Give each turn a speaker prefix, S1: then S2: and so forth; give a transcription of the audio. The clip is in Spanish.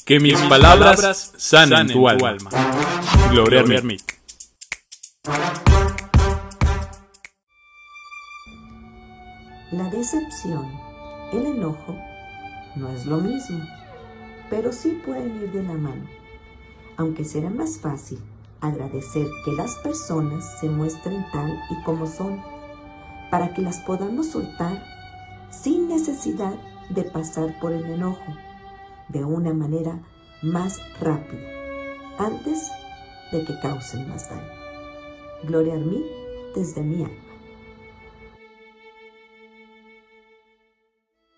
S1: Que mis palabras sanen tu alma. Gloria Hermit.
S2: La decepción, el enojo, no es lo mismo, pero sí pueden ir de la mano. Aunque será más fácil agradecer que las personas se muestren tal y como son, para que las podamos soltar sin necesidad de pasar por el enojo, de una manera más rápida, antes de que causen más daño. Gloria Hermit, desde mi alma.